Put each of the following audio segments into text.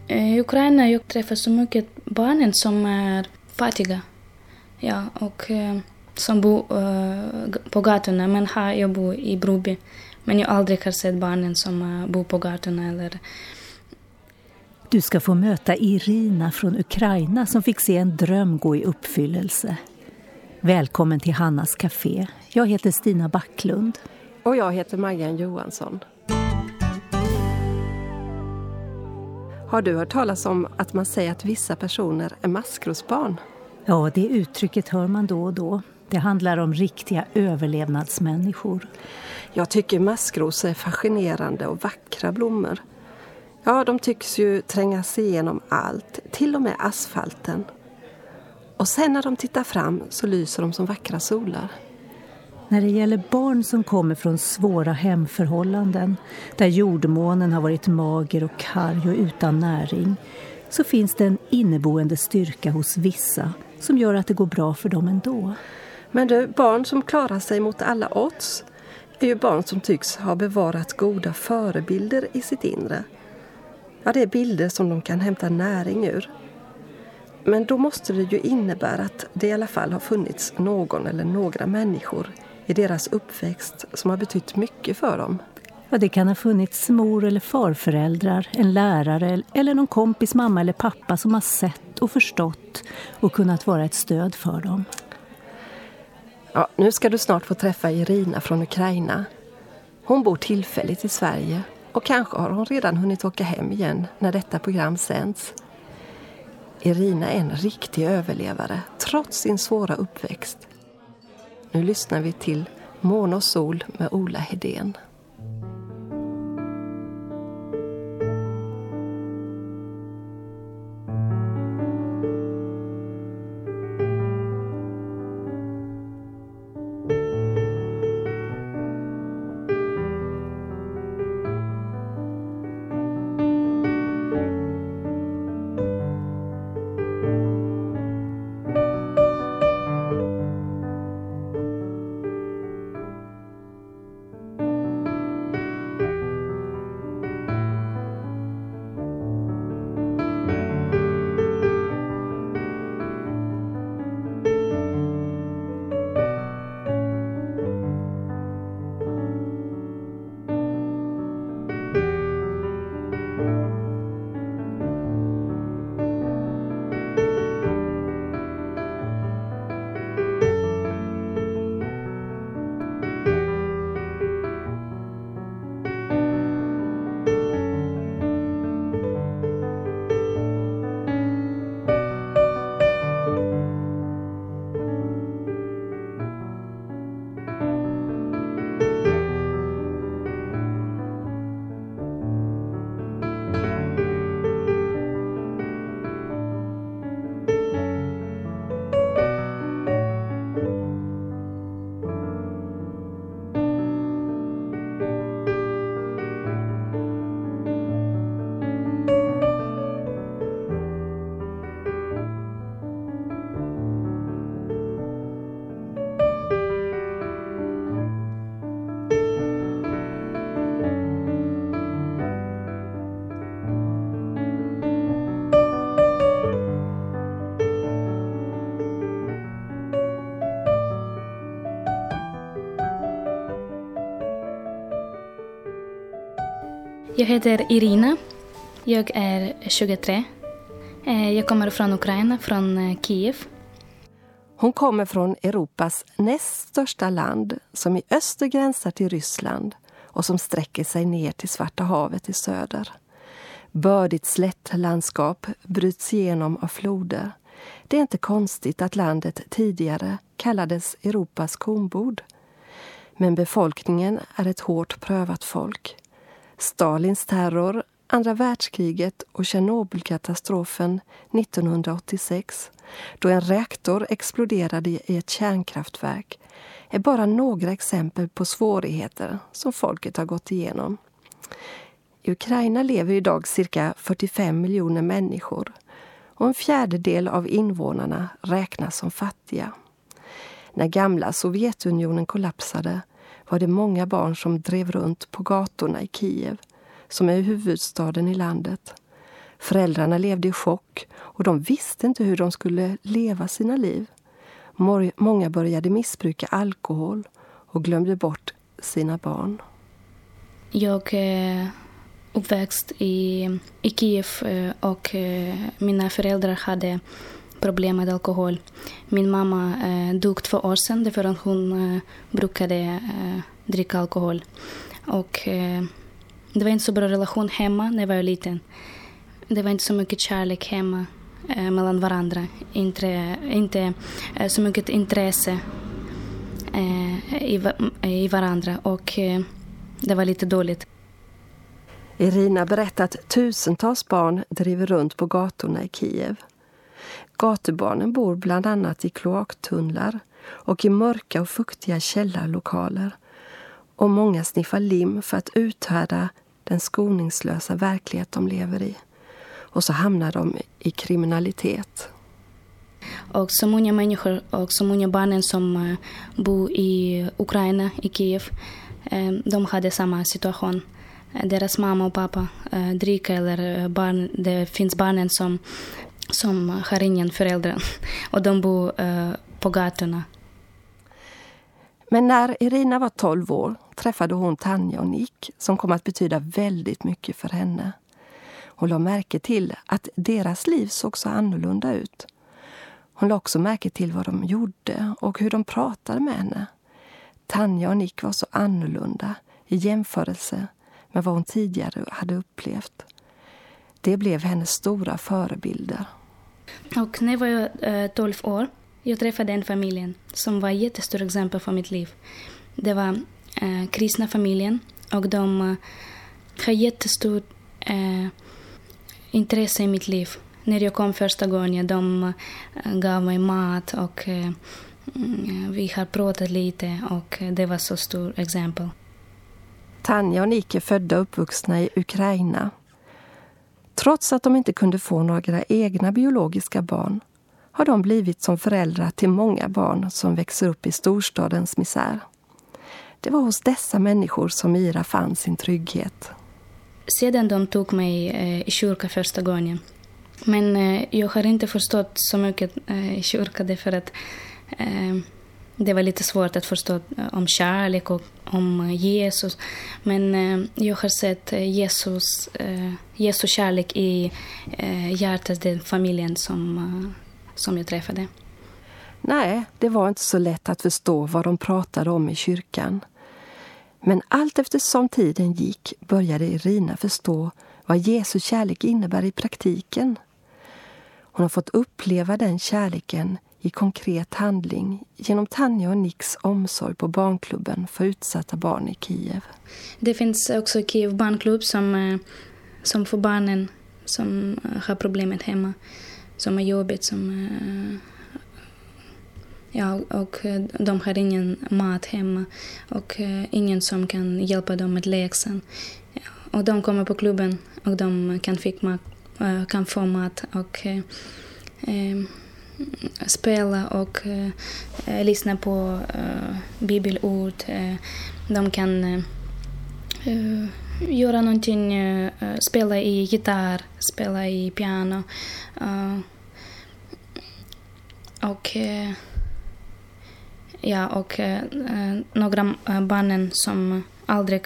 I Ukraina jag träffar så mycket barnen som är fattiga. Ja, och som bor på gatorna. Men här jag bor i Broby. Men jag aldrig har sett barnen som bor på gatorna. Eller... Du ska få möta Irina från Ukraina som fick se en dröm gå i uppfyllelse. Välkommen till Hannas Café. Jag heter Stina Backlund. Och jag heter Maggan Johansson. Har du hört talas om att man säger att vissa personer är maskrosbarn? Ja, det uttrycket hör man då och då. Det handlar om riktiga överlevnadsmänniskor. Jag tycker maskros är fascinerande och vackra blommor. Ja, de tycks ju tränga sig igenom allt, till och med asfalten. Och sen när de tittar fram så lyser de som vackra solar. När det gäller barn som kommer från svåra hemförhållanden, där jordmånen har varit mager och karg och utan näring, så finns det en inneboende styrka hos vissa som gör att det går bra för dem ändå. Men du, barn som klarar sig mot alla odds är ju barn som tycks ha bevarat goda förebilder i sitt inre. Ja, det är bilder som de kan hämta näring ur. Men då måste det ju innebära att det i alla fall har funnits någon eller några människor i deras uppväxt som har betytt mycket för dem. Ja, det kan ha funnits mor- eller farföräldrar, en lärare eller någon kompis mamma eller pappa som har sett och förstått och kunnat vara ett stöd för dem. Ja, nu ska du snart få träffa Irina från Ukraina. Hon bor tillfälligt i Sverige och kanske har hon redan hunnit åka hem igen när detta program sänds. Irina är en riktig överlevare trots sin svåra uppväxt. Nu lyssnar vi till Mån och sol med Ola Hedén. Jag heter Irina. Jag är 23. Jag kommer från Ukraina, från Kiev. Hon kommer från Europas näst största land som i öster gränsar till Ryssland och som sträcker sig ner till Svarta havet i söder. Bördigt slättlandskap bryts igenom av floder. Det är inte konstigt att landet tidigare kallades Europas kornbod. Men befolkningen är ett hårt prövat folk. Stalins terror, andra världskriget och Tjernobylkatastrofen 1986, då en reaktor exploderade i ett kärnkraftverk, är bara några exempel på svårigheter som folket har gått igenom. I Ukraina lever idag cirka 45 miljoner människor och en fjärdedel av invånarna räknas som fattiga. När gamla Sovjetunionen kollapsade var det många barn som drev runt på gatorna i Kiev, som är huvudstaden i landet. Föräldrarna levde i chock och de visste inte hur de skulle leva sina liv. Många började missbruka alkohol och glömde bort sina barn. Jag är uppväxt i Kiev och mina föräldrar hade problem med alkohol. Min mamma dog 2 år sedan därför att hon brukade dricka alkohol. Och det var inte så bra relation hemma när jag var liten. Det var inte så mycket kärlek hemma mellan varandra. Inte så mycket intresse i varandra. Och det var lite dåligt. Irina berättar att tusentals barn driver runt på gatorna i Kiev. Gatubarnen bor bland annat i kloaktunnlar och i mörka och fuktiga källarlokaler. Och många sniffar lim för att uthärda den skoningslösa verklighet de lever i. Och så hamnar de i kriminalitet. Och så många människor och så många barnen som bor i Ukraina, i Kiev, de hade samma situation. Deras mamma och pappa dricker eller barn, det finns barnen som har ingen föräldrar och de bor på gatorna. Men när Irina var 12 år träffade hon Tanja och Nick som kom att betyda väldigt mycket för henne. Hon la märke till att deras liv såg så annorlunda ut. Hon la också märke till vad de gjorde och hur de pratade med henne. Tanja och Nick var så annorlunda i jämförelse med vad hon tidigare hade upplevt. Det blev hennes stora förebilder. Och när jag var 12 år, jag träffade en familj som var ett jättestort exempel för mitt liv. Det var kristna familjen och de har jättestort intresse i mitt liv. När jag kom första gången, de gav mig mat och vi har pratat lite och det var så stort exempel. Tanja och Nick är födda och uppvuxna i Ukraina. Trots att de inte kunde få några egna biologiska barn har de blivit som föräldrar till många barn som växer upp i storstadens misär. Det var hos dessa människor som Ira fann sin trygghet. Sedan de tog mig i kyrka första gången. Men jag har inte förstått så mycket i kyrka därför att det var lite svårt att förstå om kärlek och om Jesus. Men jag har sett Jesus kärlek i hjärtat den familjen som jag träffade. Nej, det var inte så lätt att förstå vad de pratade om i kyrkan. Men allt eftersom tiden gick började Irina förstå vad Jesu kärlek innebär i praktiken. Hon har fått uppleva den kärleken i konkret handling genom Tanja och Nicks omsorg på barnklubben för utsatta barn i Kiev. Det finns också Kiev barnklubb som för barnen som har problemet hemma, som är jobbigt, och de har ingen mat hemma och ingen som kan hjälpa dem med läxan. Och de kommer på klubben och de kan få mat och spela och lyssna på bibelord. De kan göra någonting, spela i gitarr, spela i piano. Och några barnen som aldrig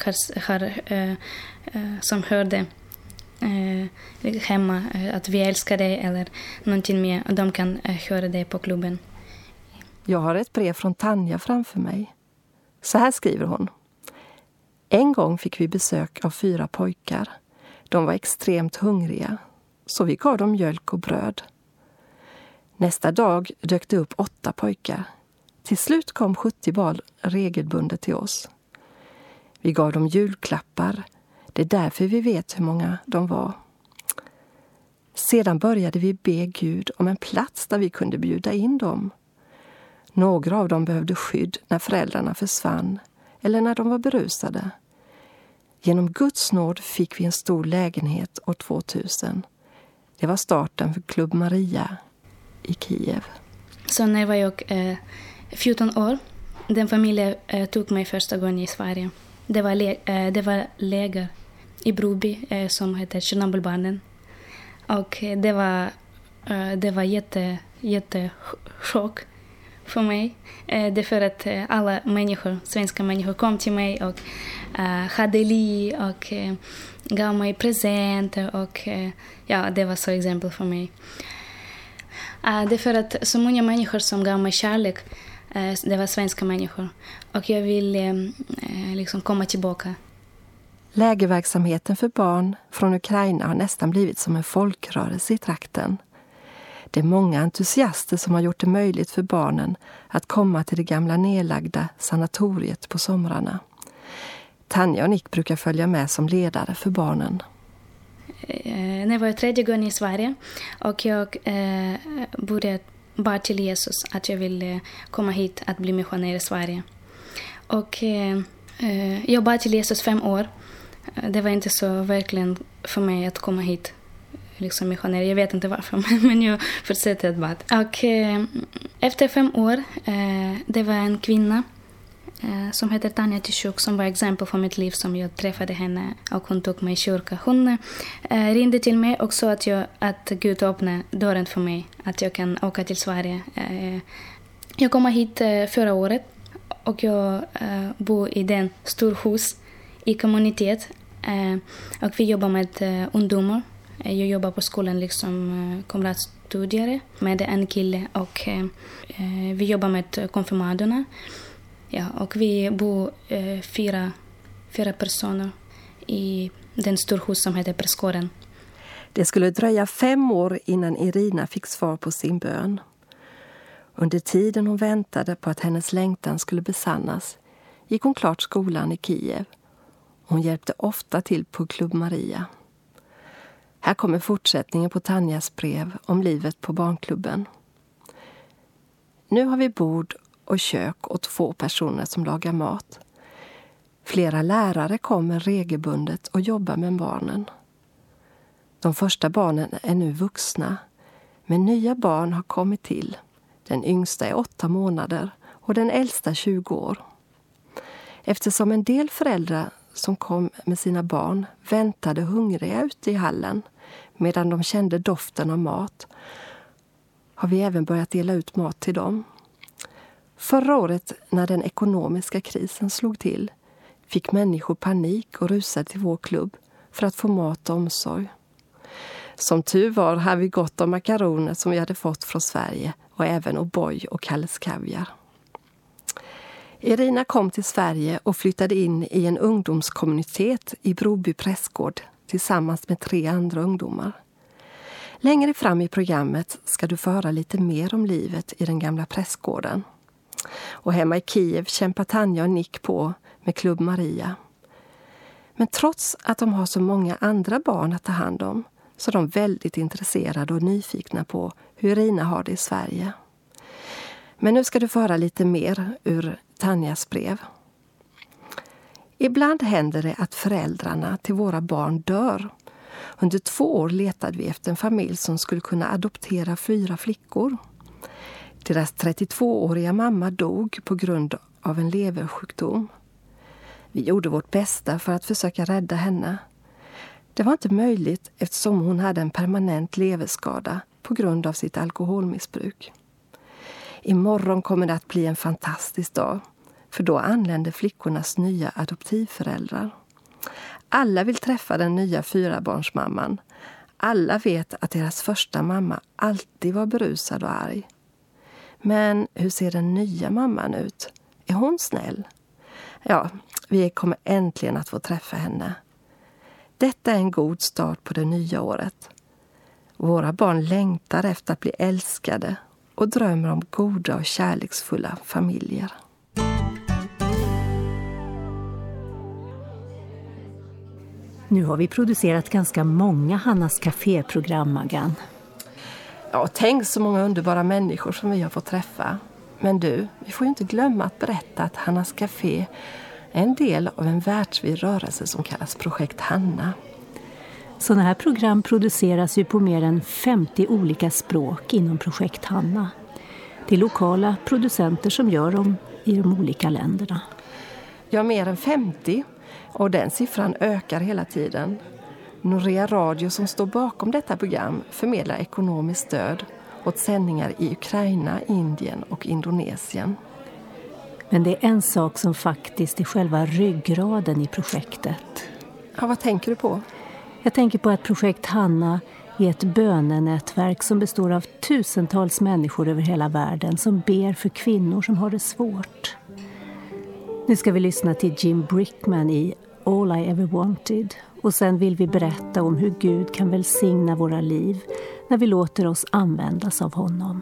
som hörde hemma att vi älskar dig eller någonting mer, de kan höra det på klubben. Jag har ett brev från Tanja framför mig. Så här skriver hon. En gång fick vi besök av 4 pojkar. De var extremt hungriga, så vi gav dem mjölk och bröd. Nästa dag dök det upp 8 pojkar. Till slut kom 70 barn regelbundet till oss. Vi gav dem julklappar. Det är därför vi vet hur många de var. Sedan började vi be Gud om en plats där vi kunde bjuda in dem. Några av dem behövde skydd när föräldrarna försvann eller när de var berusade. Genom Guds nåd fick vi en stor lägenhet år 2000. Det var starten för Klubb Maria i Kiev. Så när var jag 14 år, den familjen tog mig första gången i Sverige. Det var läger i Broby som heter Tjernobylbarnen. Och det var jättechock för mig. Därför att alla människor, svenska människor, kom till mig och hade li och gav mig presenter. Och det var så exempel för mig. Därför att så många människor som gav mig kärlek, det var svenska människor. Och jag ville liksom komma tillbaka. Lägerverksamheten för barn från Ukraina har nästan blivit som en folkrörelse i trakten. Det är många entusiaster som har gjort det möjligt för barnen att komma till det gamla nedlagda sanatoriet på somrarna. Tanja och Nick brukar följa med som ledare för barnen. Det var 3:e gången i Sverige och jag började bara till Jesus att jag ville komma hit att bli missionär i Sverige. Och jag bad till Jesus 5 år. Det var inte så verkligen för mig att komma hit liksom missionär. Jag vet inte varför, men jag fortsatte att bad. Och efter 5 år, det var en kvinna som heter Tanja Tishuk som var exempel för mitt liv, som jag träffade henne och hon tog mig i kyrka. Hon ringde till mig och sa att Gud öppnade dörren för mig, att jag kan åka till Sverige. Jag kom hit förra året och jag bor i den storhus i kommunitet och vi jobbar med ungdomar. Jag jobbar på skolan liksom kamratstudier med en kille och vi jobbar med konfirmanderna. Ja, och vi bor 4 personer i den storhus som heter Prästgården. Det skulle dröja 5 år innan Irina fick svar på sin bön. Under tiden hon väntade på att hennes längtan skulle besannas gick hon klart skolan i Kiev. Hon hjälpte ofta till på Klubb Maria. Här kommer fortsättningen på Tanjas brev om livet på barnklubben. Nu har vi bord och kök och 2 personer som lagar mat. Flera lärare kommer regelbundet och jobbar med barnen. De första barnen är nu vuxna, men nya barn har kommit till. Den yngsta är 8 månader och den äldsta 20 år. Eftersom en del föräldrar som kom med sina barn väntade hungriga ute i hallen medan de kände doften av mat, har vi även börjat dela ut mat till dem. Förra året, när den ekonomiska krisen slog till, fick människor panik och rusade till vår klubb för att få mat och omsorg. Som tur var hade vi gott om makaroner som vi hade fått från Sverige och även O'boy och Kalles kaviar. Irina kom till Sverige och flyttade in i en ungdomskommunitet i Broby prästgård tillsammans med 3 andra ungdomar. Längre fram i programmet ska du få höra lite mer om livet i den gamla prästgården. Och hemma i Kiev kämpar Tanja och Nick på med Klubb Maria. Men trots att de har så många andra barn att ta hand om så är de väldigt intresserade och nyfikna på hur Irina har det i Sverige. Men nu ska du få höra lite mer ur Tanjas brev. Ibland händer det att föräldrarna till våra barn dör. Under 2 år letade vi efter en familj som skulle kunna adoptera 4 flickor. Deras 32-åriga mamma dog på grund av en leversjukdom. Vi gjorde vårt bästa för att försöka rädda henne. Det var inte möjligt eftersom hon hade en permanent leverskada på grund av sitt alkoholmissbruk. Imorgon kommer det att bli en fantastisk dag, för då anländer flickornas nya adoptivföräldrar. Alla vill träffa den nya 4-barnsmamman. Alla vet att deras första mamma alltid var berusad och arg. Men hur ser den nya mamman ut? Är hon snäll? Ja, vi kommer äntligen att få träffa henne. Detta är en god start på det nya året. Våra barn längtar efter att bli älskade och drömmer om goda och kärleksfulla familjer. Nu har vi producerat ganska många Hannas Café-program, Maggan. Ja, tänk så många underbara människor som vi har fått träffa. Men du, vi får ju inte glömma att berätta att Hannas Café är en del av en världsvid rörelse som kallas Projekt Hanna. Sådana här program produceras ju på mer än 50 olika språk inom Projekt Hanna. Det är lokala producenter som gör dem i de olika länderna. Ja, mer än 50. Och den siffran ökar hela tiden. Norea Radio som står bakom detta program förmedlar ekonomiskt stöd åt sändningar i Ukraina, Indien och Indonesien. Men det är en sak som faktiskt är själva ryggraden i projektet. Ja, vad tänker du på? Jag tänker på att projekt Hanna är ett bönenätverk som består av tusentals människor över hela världen som ber för kvinnor som har det svårt. Nu ska vi lyssna till Jim Brickman i All I Ever Wanted. Och sen vill vi berätta om hur Gud kan välsigna våra liv när vi låter oss användas av honom.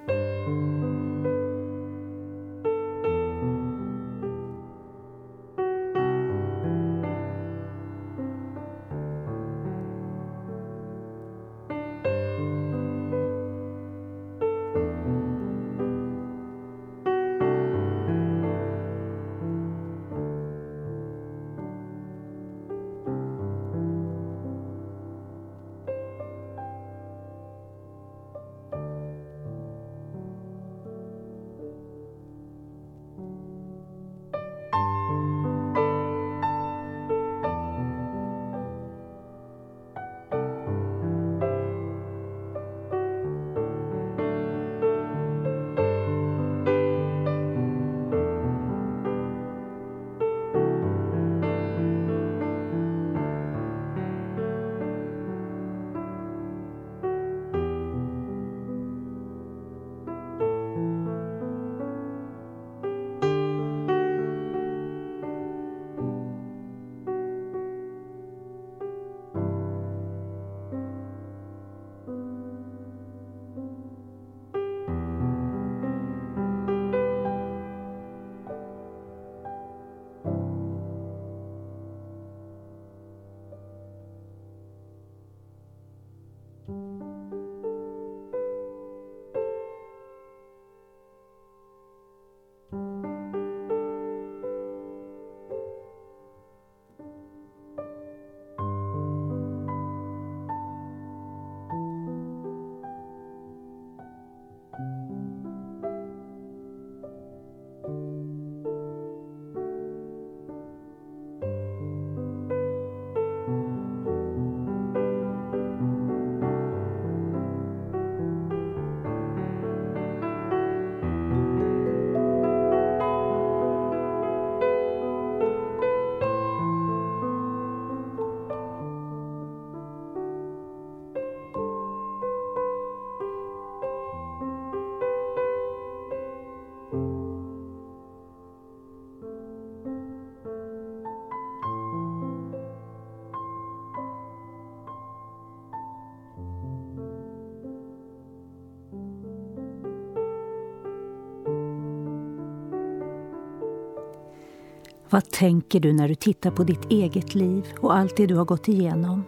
Vad tänker du när du tittar på ditt eget liv och allt det du har gått igenom?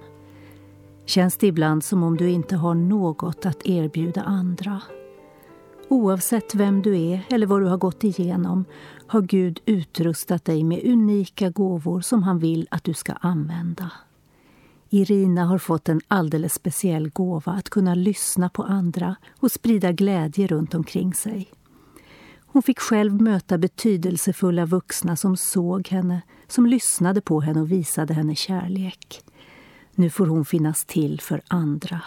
Känns det ibland som om du inte har något att erbjuda andra? Oavsett vem du är eller vad du har gått igenom har Gud utrustat dig med unika gåvor som han vill att du ska använda. Irina har fått en alldeles speciell gåva att kunna lyssna på andra och sprida glädje runt omkring sig. Hon fick själv möta betydelsefulla vuxna som såg henne, som lyssnade på henne och visade henne kärlek. Nu får hon finnas till för andra.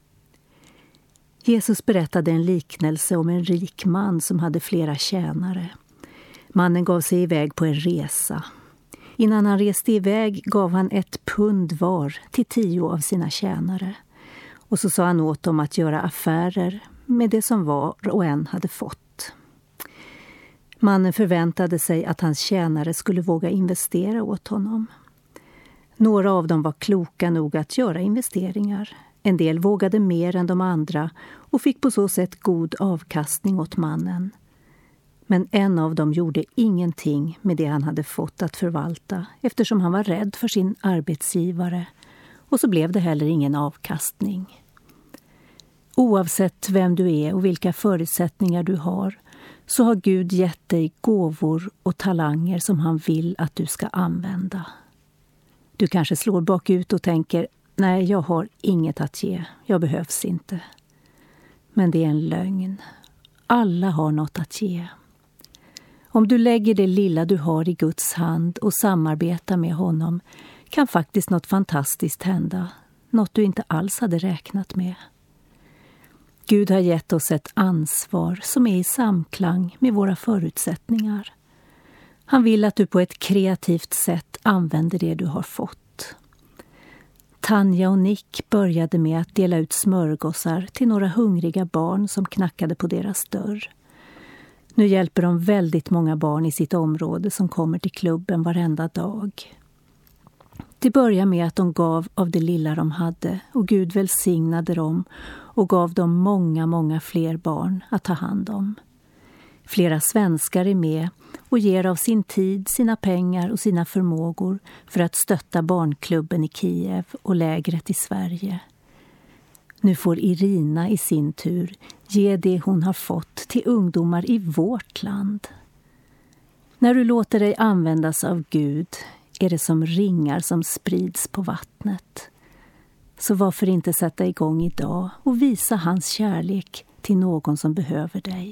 Jesus berättade en liknelse om en rik man som hade flera tjänare. Mannen gav sig iväg på en resa. Innan han reste iväg gav han 1 pund var till 10 av sina tjänare. Och så sa han åt dem att göra affärer med det som var och en hade fått. Mannen förväntade sig att hans tjänare skulle våga investera åt honom. Några av dem var kloka nog att göra investeringar. En del vågade mer än de andra och fick på så sätt god avkastning åt mannen. Men en av dem gjorde ingenting med det han hade fått att förvalta eftersom han var rädd för sin arbetsgivare, och så blev det heller ingen avkastning. Oavsett vem du är och vilka förutsättningar du har så har Gud gett dig gåvor och talanger som han vill att du ska använda. Du kanske slår bakut och tänker, nej, jag har inget att ge, jag behövs inte. Men det är en lögn. Alla har något att ge. Om du lägger det lilla du har i Guds hand och samarbetar med honom kan faktiskt något fantastiskt hända, något du inte alls hade räknat med. Gud har gett oss ett ansvar som är i samklang med våra förutsättningar. Han vill att du på ett kreativt sätt använder det du har fått. Tanja och Nick började med att dela ut smörgåsar till några hungriga barn som knackade på deras dörr. Nu hjälper de väldigt många barn i sitt område som kommer till klubben varenda dag. Det börjar med att de gav av det lilla de hade och Gud välsignade dem och gav dem många fler barn att ta hand om. Flera svenskar är med och ger av sin tid, sina pengar och sina förmågor för att stötta barnklubben i Kiev och lägret i Sverige. Nu får Irina i sin tur ge det hon har fått till ungdomar i vårt land. När du låter dig användas av Gud är det som ringar som sprids på vattnet. Så varför inte sätta igång idag och visa hans kärlek till någon som behöver dig?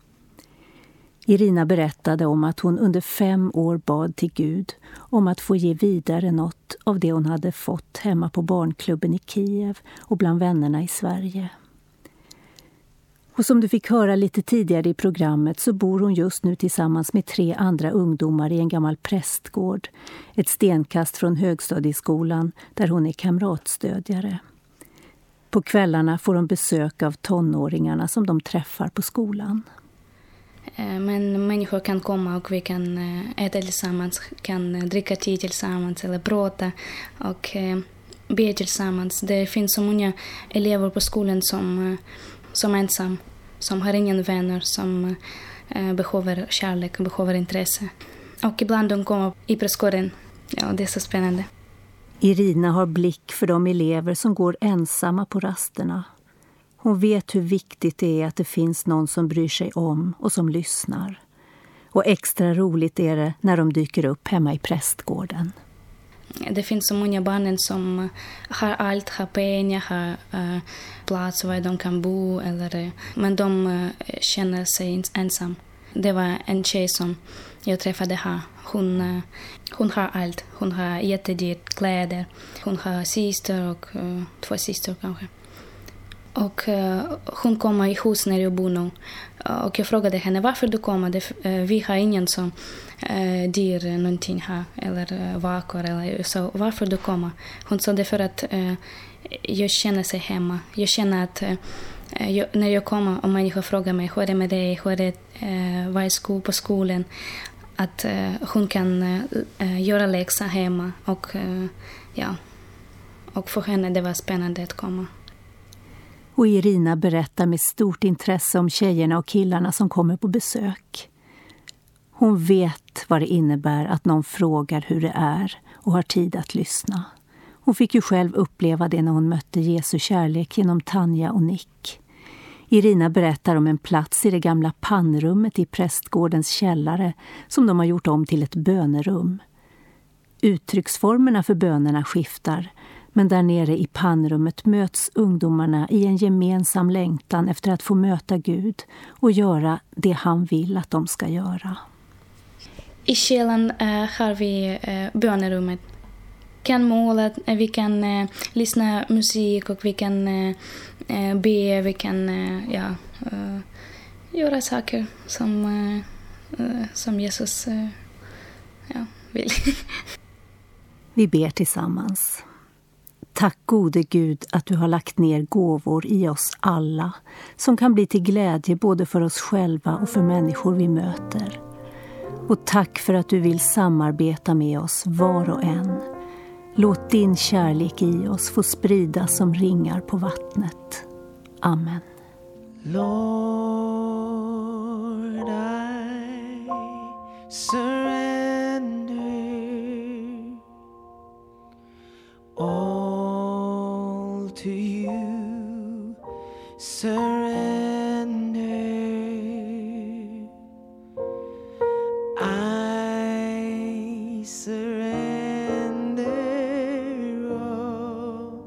Irina berättade om att hon under 5 år bad till Gud om att få ge vidare något av det hon hade fått hemma på barnklubben i Kiev och bland vännerna i Sverige. Och som du fick höra lite tidigare i programmet så bor hon just nu tillsammans med 3 andra ungdomar i en gammal prästgård, ett stenkast från högstadieskolan där hon är kamratstödjare. På kvällarna får hon besök av tonåringarna som de träffar på skolan. Men människor kan komma och vi kan äta tillsammans, kan dricka te tillsammans eller prata och be tillsammans. Det finns så många elever på skolan som är ensam, som har ingen vänner, som behöver kärlek och behöver intresse. Och ibland de kommer i prästgården. Ja, det är så spännande. Irina har blick för de elever som går ensamma på rasterna. Hon vet hur viktigt det är att det finns någon som bryr sig om och som lyssnar. Och extra roligt är det när de dyker upp hemma i prästgården. Det finns så många barn som har allt, har pengar, har plats var de kan bo. Men de känner sig ensam. Det var en tjej som jag träffade här. Hon har allt. Hon har jättedyrt kläder. Hon har syster och 2 syster kanske. Och hon kommer i hus när jag bor nu. Och jag frågade henne varför du kommer. Vi har ingen som dyr någonting här. Eller vakor. Eller så. Varför du kommer? Hon sa det för att jag känner sig hemma. Jag känner att när jag kommer och människor frågar mig hur är det med dig? Hur är det var på skolan? Att hon kan göra läxa hemma. Och för henne det var spännande att komma. Och Irina berättar med stort intresse om tjejerna och killarna som kommer på besök. Hon vet vad det innebär att någon frågar hur det är och har tid att lyssna. Hon fick ju själv uppleva det när hon mötte Jesu kärlek genom Tanja och Nick. Irina berättar om en plats i det gamla pannrummet i prästgårdens källare som de har gjort om till ett bönerum. Uttrycksformerna för bönerna skiftar. Men där nere i pannrummet möts ungdomarna i en gemensam längtan efter att få möta Gud och göra det han vill att de ska göra. I källaren har vi bönerummet. Vi kan måla, vi kan lyssna musik och vi kan be, vi kan göra saker som Jesus vill. Vi ber tillsammans. Tack gode Gud att du har lagt ner gåvor i oss alla som kan bli till glädje både för oss själva och för människor vi möter. Och tack för att du vill samarbeta med oss var och en. Låt din kärlek i oss få spridas som ringar på vattnet. Amen. Lord, I surrender all to you, surrender. I surrender all.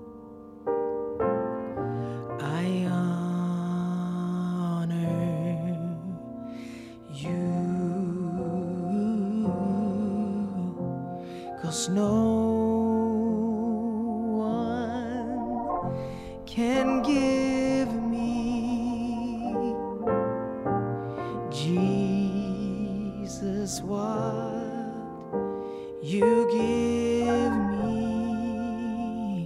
I honor you. 'cause no one can give me, Jesus, what you give me.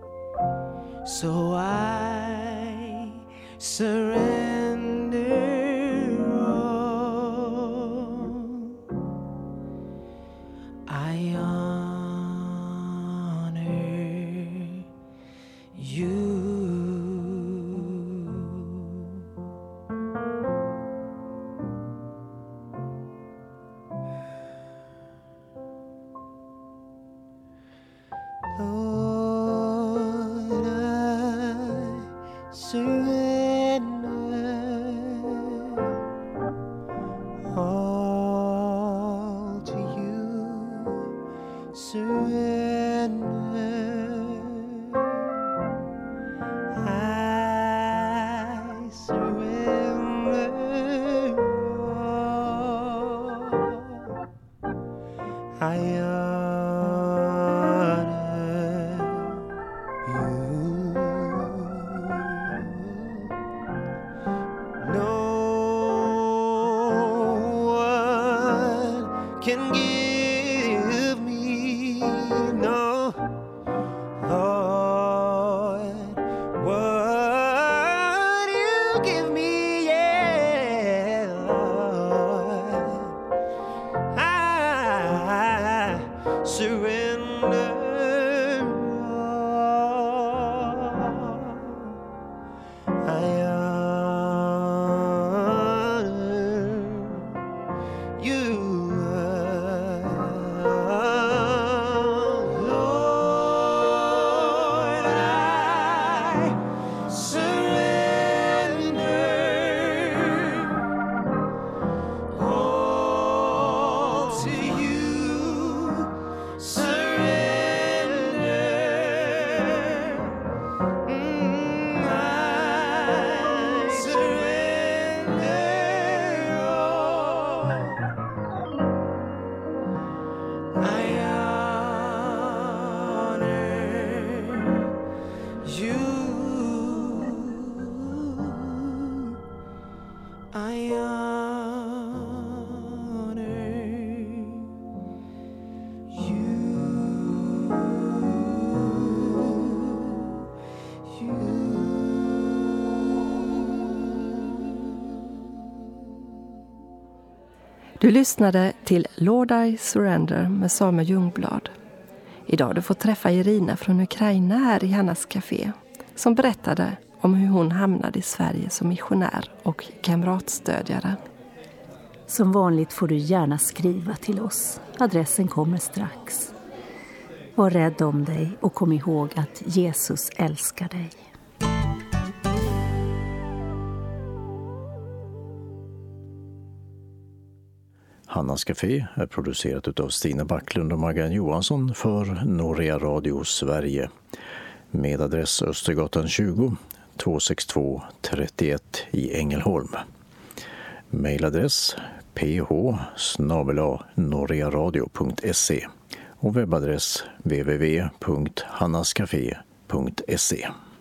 So I surrender all. I honor you. Lord, I surrender all to you. Surrender. I surrender all. I honor you. No one can give me, no, Lord, what you give me, yeah, Lord. I surrender all. I honor you, Lord. I surrender all to you. Surrender. I surrender all. I honor you. I honor Du lyssnade till Lord I Surrender med Samuel Ljungblad. Idag har du fått träffa Irina från Ukraina här i Hannas Café, som berättade om hur hon hamnade i Sverige som missionär och kamratstödjare. Som vanligt får du gärna skriva till oss. Adressen kommer strax. Var rädd om dig och kom ihåg att Jesus älskar dig. Hannas Café är producerat av Stina Backlund och Maggan Johansson för Norea Radio Sverige. Med adress Östergatan 20 262 31 i Ängelholm. Mailadress ph@norearadio.se och webbadress www.hannascafé.se.